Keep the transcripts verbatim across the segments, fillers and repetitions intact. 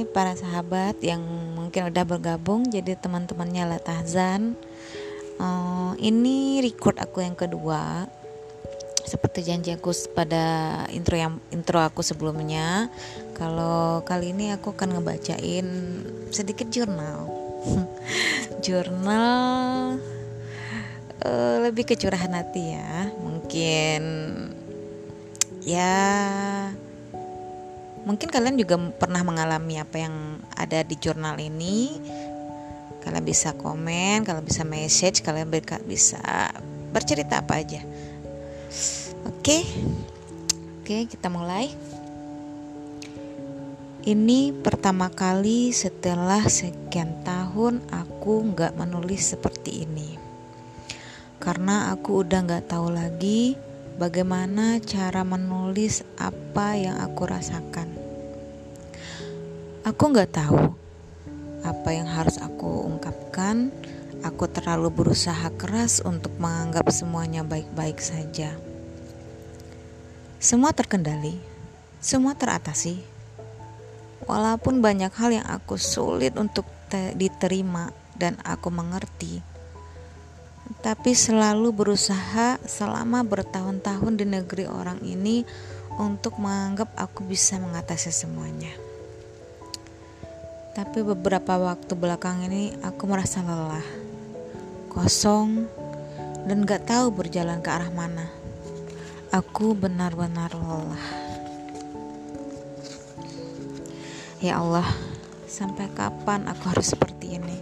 para sahabat yang mungkin udah bergabung jadi teman-temannya Latahzan. uh, Ini record aku yang kedua. Seperti janji aku pada intro yang intro aku sebelumnya, kalau kali ini aku akan ngebacain sedikit jurnal. Jurnal uh, lebih ke curahan hati ya. Mungkin ya Mungkin kalian juga pernah mengalami apa yang ada di jurnal ini. Kalian bisa komen, kalian bisa message, kalian bisa bercerita apa aja. Oke, oke kita mulai. Ini pertama kali setelah sekian tahun aku gak menulis seperti ini. Karena aku udah gak tahu lagi bagaimana cara menulis apa yang aku rasakan. Aku gak tahu apa yang harus aku ungkapkan. Aku terlalu berusaha keras untuk menganggap semuanya baik-baik saja. Semua terkendali, semua teratasi. Walaupun banyak hal yang aku sulit untuk te- diterima dan aku mengerti, tapi selalu berusaha selama bertahun-tahun di negeri orang ini untuk menganggap aku bisa mengatasi semuanya. Tapi beberapa waktu belakang ini aku merasa lelah, kosong, dan gak tahu berjalan ke arah mana. Aku benar-benar lelah. Ya Allah, sampai kapan aku harus seperti ini?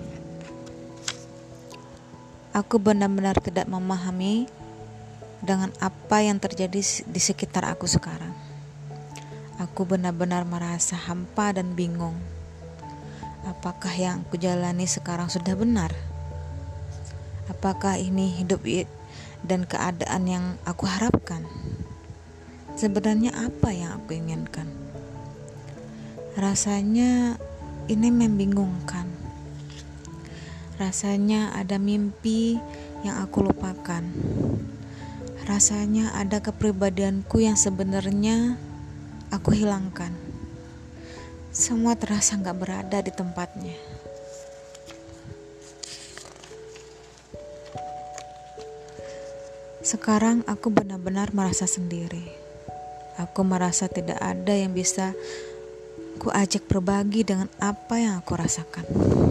Aku benar-benar tidak memahami dengan apa yang terjadi di sekitar aku sekarang. Aku benar-benar merasa hampa dan bingung. Apakah yang aku jalani sekarang sudah benar? Apakah ini hidup dan keadaan yang aku harapkan? Sebenarnya apa yang aku inginkan? Rasanya ini membingungkan. Rasanya ada mimpi yang aku lupakan. Rasanya ada kepribadianku yang sebenarnya aku hilangkan. Semua terasa gak berada di tempatnya. Sekarang aku benar-benar merasa sendiri. Aku merasa tidak ada yang bisa ku ajak berbagi dengan apa yang aku rasakan.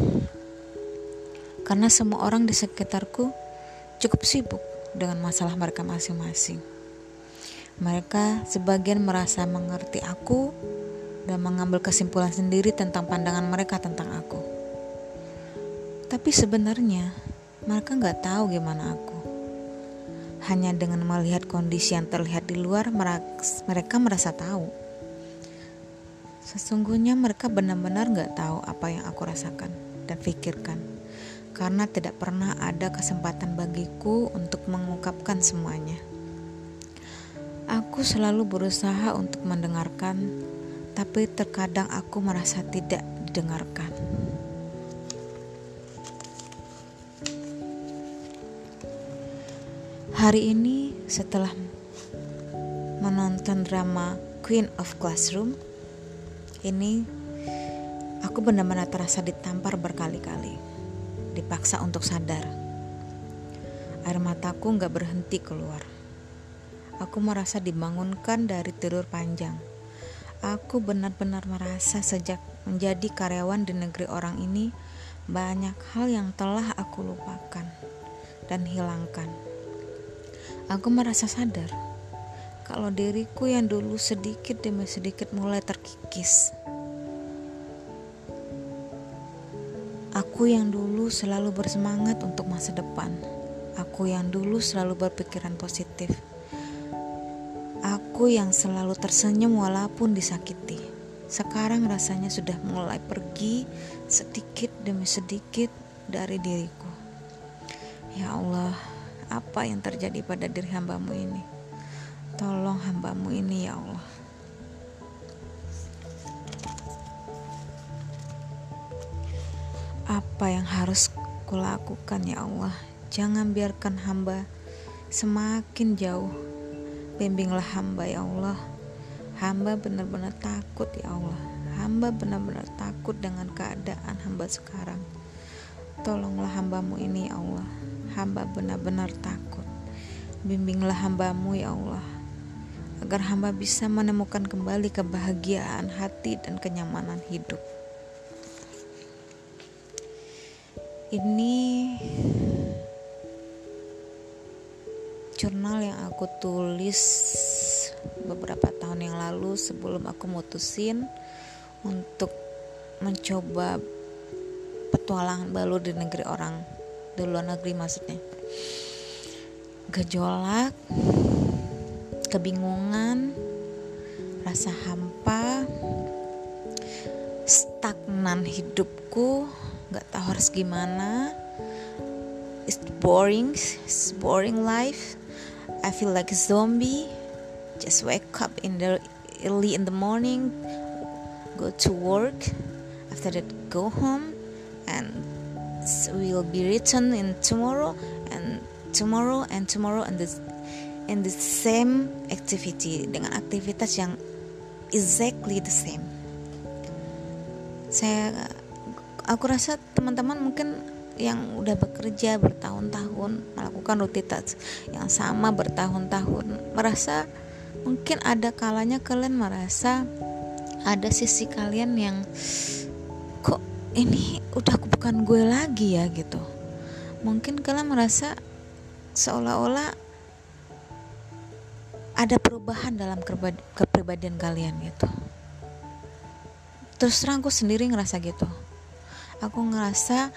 Karena semua orang di sekitarku cukup sibuk dengan masalah mereka masing-masing. Mereka sebagian merasa mengerti aku dan mengambil kesimpulan sendiri tentang pandangan mereka tentang aku. Tapi sebenarnya mereka gak tahu gimana aku. Hanya dengan melihat kondisi yang terlihat di luar, mereka merasa tahu. Sesungguhnya mereka benar-benar gak tahu apa yang aku rasakan dan pikirkan. Karena tidak pernah ada kesempatan bagiku untuk mengungkapkan semuanya. Aku selalu berusaha untuk mendengarkan, tapi terkadang aku merasa tidak didengarkan. Hari ini setelah menonton drama Queen of Classroom, ini aku benar-benar terasa ditampar berkali-kali, dipaksa untuk sadar. Air mataku gak berhenti keluar. Aku merasa dibangunkan dari tidur panjang. Aku benar-benar merasa sejak menjadi karyawan di negeri orang ini, banyak hal yang telah aku lupakan dan hilangkan. Aku merasa sadar kalau diriku yang dulu sedikit demi sedikit mulai terkikis. Aku yang dulu selalu bersemangat untuk masa depan. Aku yang dulu selalu berpikiran positif. Aku yang selalu tersenyum walaupun disakiti. Sekarang rasanya sudah mulai pergi sedikit demi sedikit dari diriku. Ya Allah, apa yang terjadi pada diri hambamu ini? Tolong hambamu ini ya Allah. Apa yang harus kulakukan ya Allah? Jangan biarkan hamba semakin jauh. Bimbinglah hamba ya Allah. Hamba benar-benar takut ya Allah. hamba benar-benar takut dengan keadaan hamba sekarang. Tolonglah hambamu ini ya Allah. Hamba benar-benar takut. Bimbinglah hambamu ya Allah, agar hamba bisa menemukan kembali kebahagiaan hati dan kenyamanan hidup. Ini jurnal yang aku tulis beberapa tahun yang lalu sebelum aku mutusin untuk mencoba petualangan baru di negeri orang, di luar negeri maksudnya. Gejolak, kebingungan, rasa hampa, stagnan hidupku, gak tahu harus gimana. It's boring, it's boring life. I feel like a zombie. Just wake up in the early in the morning, go to work, after that go home, and we'll be return in tomorrow and tomorrow and tomorrow and this in the same activity, dengan aktivitas yang exactly the same. Saya aku rasa teman-teman mungkin yang udah bekerja bertahun-tahun melakukan rutinitas yang sama bertahun-tahun merasa mungkin ada kalanya kalian merasa ada sisi kalian yang kok ini udah bukan gue lagi ya gitu. Mungkin kalian merasa seolah-olah ada perubahan dalam kepribadian kalian gitu. Terus terang aku sendiri ngerasa gitu. Aku ngerasa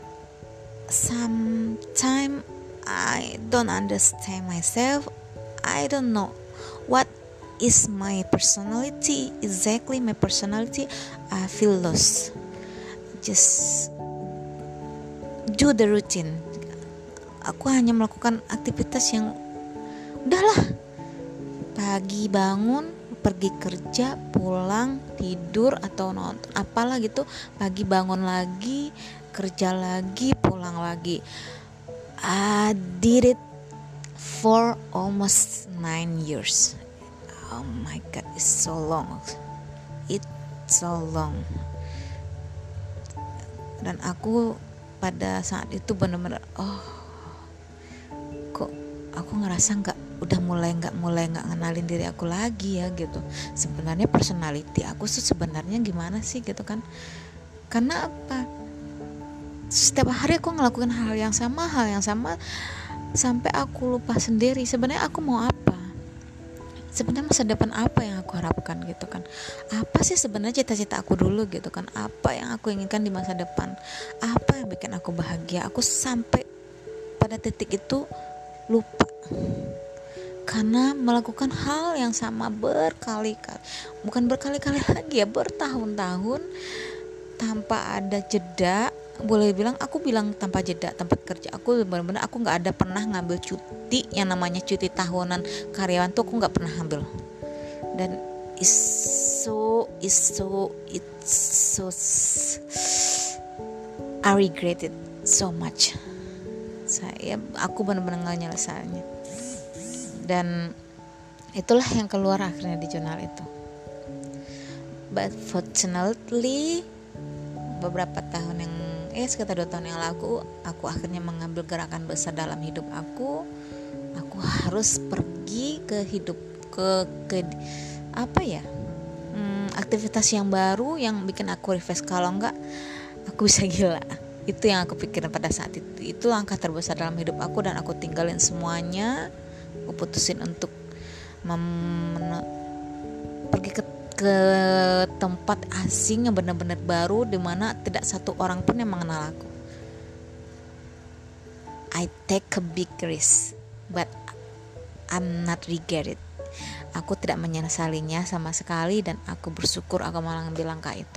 sometimes I don't understand myself. I don't know what is my personality, exactly my personality. I feel lost. Just do the routine. Aku hanya melakukan aktivitas yang udahlah, pagi bangun, pergi kerja, pulang, tidur atau nonton apalah gitu, pagi bangun lagi, kerja lagi, pulang lagi. I did it for almost nine years. Oh my god, it's so long. It's so long. Dan aku pada saat itu benar-benar oh kok aku ngerasa nggak udah mulai nggak mulai nggak ngenalin diri aku lagi ya gitu. Sebenarnya personality aku tuh sebenarnya gimana sih gitu kan? Karena apa? Setiap hari aku ngelakuin hal yang sama, hal yang sama sampai aku lupa sendiri sebenarnya aku mau apa. Sebenarnya masa depan apa yang aku harapkan gitu kan? Apa sih sebenarnya cita-cita aku dulu gitu kan? Apa yang aku inginkan di masa depan? Apa yang bikin aku bahagia? Aku sampai pada titik itu lupa. Karena melakukan hal yang sama berkali-kali. Bukan berkali-kali lagi ya, bertahun-tahun tanpa ada jeda. Boleh bilang aku bilang tanpa jeda tempat kerja aku benar-benar aku nggak ada pernah ngambil cuti yang namanya cuti tahunan karyawan tuh aku nggak pernah ambil. Dan it's so it's so it's so I regret it so much. Saya aku benar-benar nggak nyelesainnya. Dan itulah yang keluar akhirnya di jurnal itu. But fortunately beberapa tahun yang eh sekitar dua tahun yang lalu aku akhirnya mengambil gerakan besar dalam hidup aku. Aku harus pergi ke hidup ke ke apa ya hmm, aktivitas yang baru yang bikin aku refresh. Kalau enggak aku bisa gila. Itu yang aku pikirin pada saat itu. Itu langkah terbesar dalam hidup aku dan aku tinggalin semuanya. Aku putusin untuk mem- pergi ke ke tempat asing yang benar-benar baru di mana tidak satu orang pun yang mengenal aku. I take a big risk, but I'm not regret it. Aku tidak menyesalinya sama sekali dan aku bersyukur aku malah ngambil langkah itu.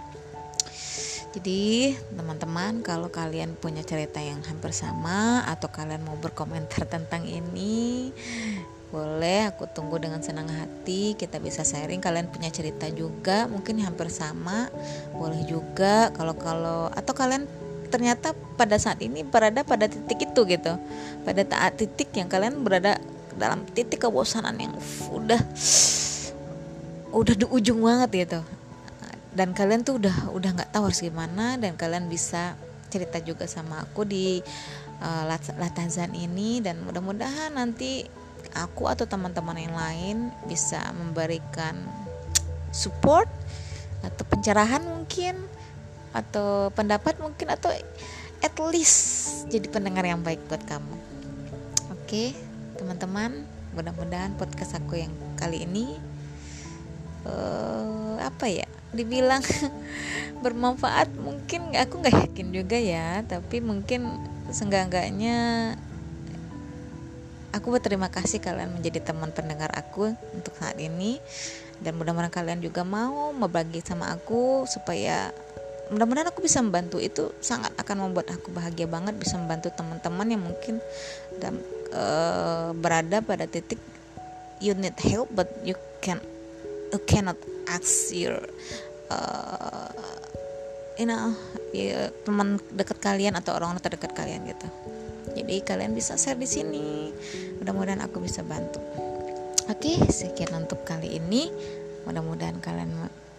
Jadi teman-teman, kalau kalian punya cerita yang hampir sama atau kalian mau berkomentar tentang ini, boleh, aku tunggu dengan senang hati. Kita bisa sharing, kalian punya cerita juga mungkin hampir sama, boleh juga. Kalau kalau atau kalian ternyata pada saat ini berada pada titik itu gitu, pada saat titik yang kalian berada dalam titik kebosanan yang udah udah di ujung banget gitu. dan kalian tuh udah udah nggak tahu harus gimana, dan kalian bisa cerita juga sama aku di uh, Latazan ini, dan mudah-mudahan nanti aku atau teman-teman yang lain bisa memberikan support atau pencerahan mungkin, atau pendapat mungkin, atau at least jadi pendengar yang baik buat kamu. Oke teman-teman, mudah-mudahan podcast aku yang kali ini uh, apa ya dibilang bermanfaat. Mungkin aku nggak yakin juga ya, tapi mungkin seenggak-enggaknya aku berterima kasih kalian menjadi teman pendengar aku untuk saat ini, dan mudah-mudahan kalian juga mau membagi sama aku, supaya mudah-mudahan aku bisa membantu. Itu sangat akan membuat aku bahagia banget, bisa membantu teman-teman yang mungkin dan, uh, berada pada titik you need help but you can you cannot ask your uh, you know ya, teman dekat kalian atau orang terdekat kalian gitu. Jadi kalian bisa share di sini, mudah-mudahan aku bisa bantu. Oke, sekian untuk kali ini. Mudah-mudahan kalian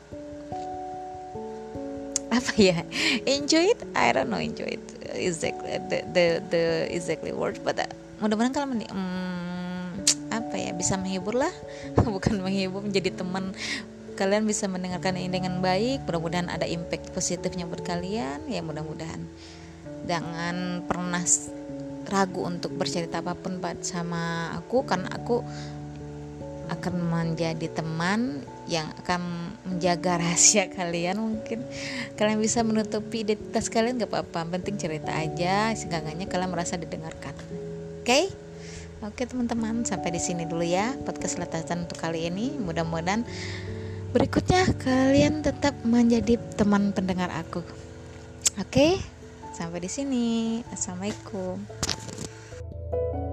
apa ya enjoy it. I don't know enjoy it exactly the the, the exactly word, but uh, mudah-mudahan kalian hmm, apa ya bisa menghibur lah bukan menghibur, menjadi teman kalian, bisa mendengarkan ini dengan baik. Mudah-mudahan ada impact positifnya buat kalian ya. Mudah-mudahan jangan pernah ragu untuk bercerita apapun sama aku, karena aku akan menjadi teman yang akan menjaga rahasia kalian. Mungkin kalian bisa menutupi identitas kalian, gak apa-apa, penting cerita aja, seenggaknya kalian merasa didengarkan. Oke okay? Oke okay, teman-teman, sampai di sini dulu ya podcast Latazan untuk kali ini. Mudah-mudahan berikutnya kalian tetap menjadi teman pendengar aku. Oke okay? Sampai di sini. Assalamualaikum.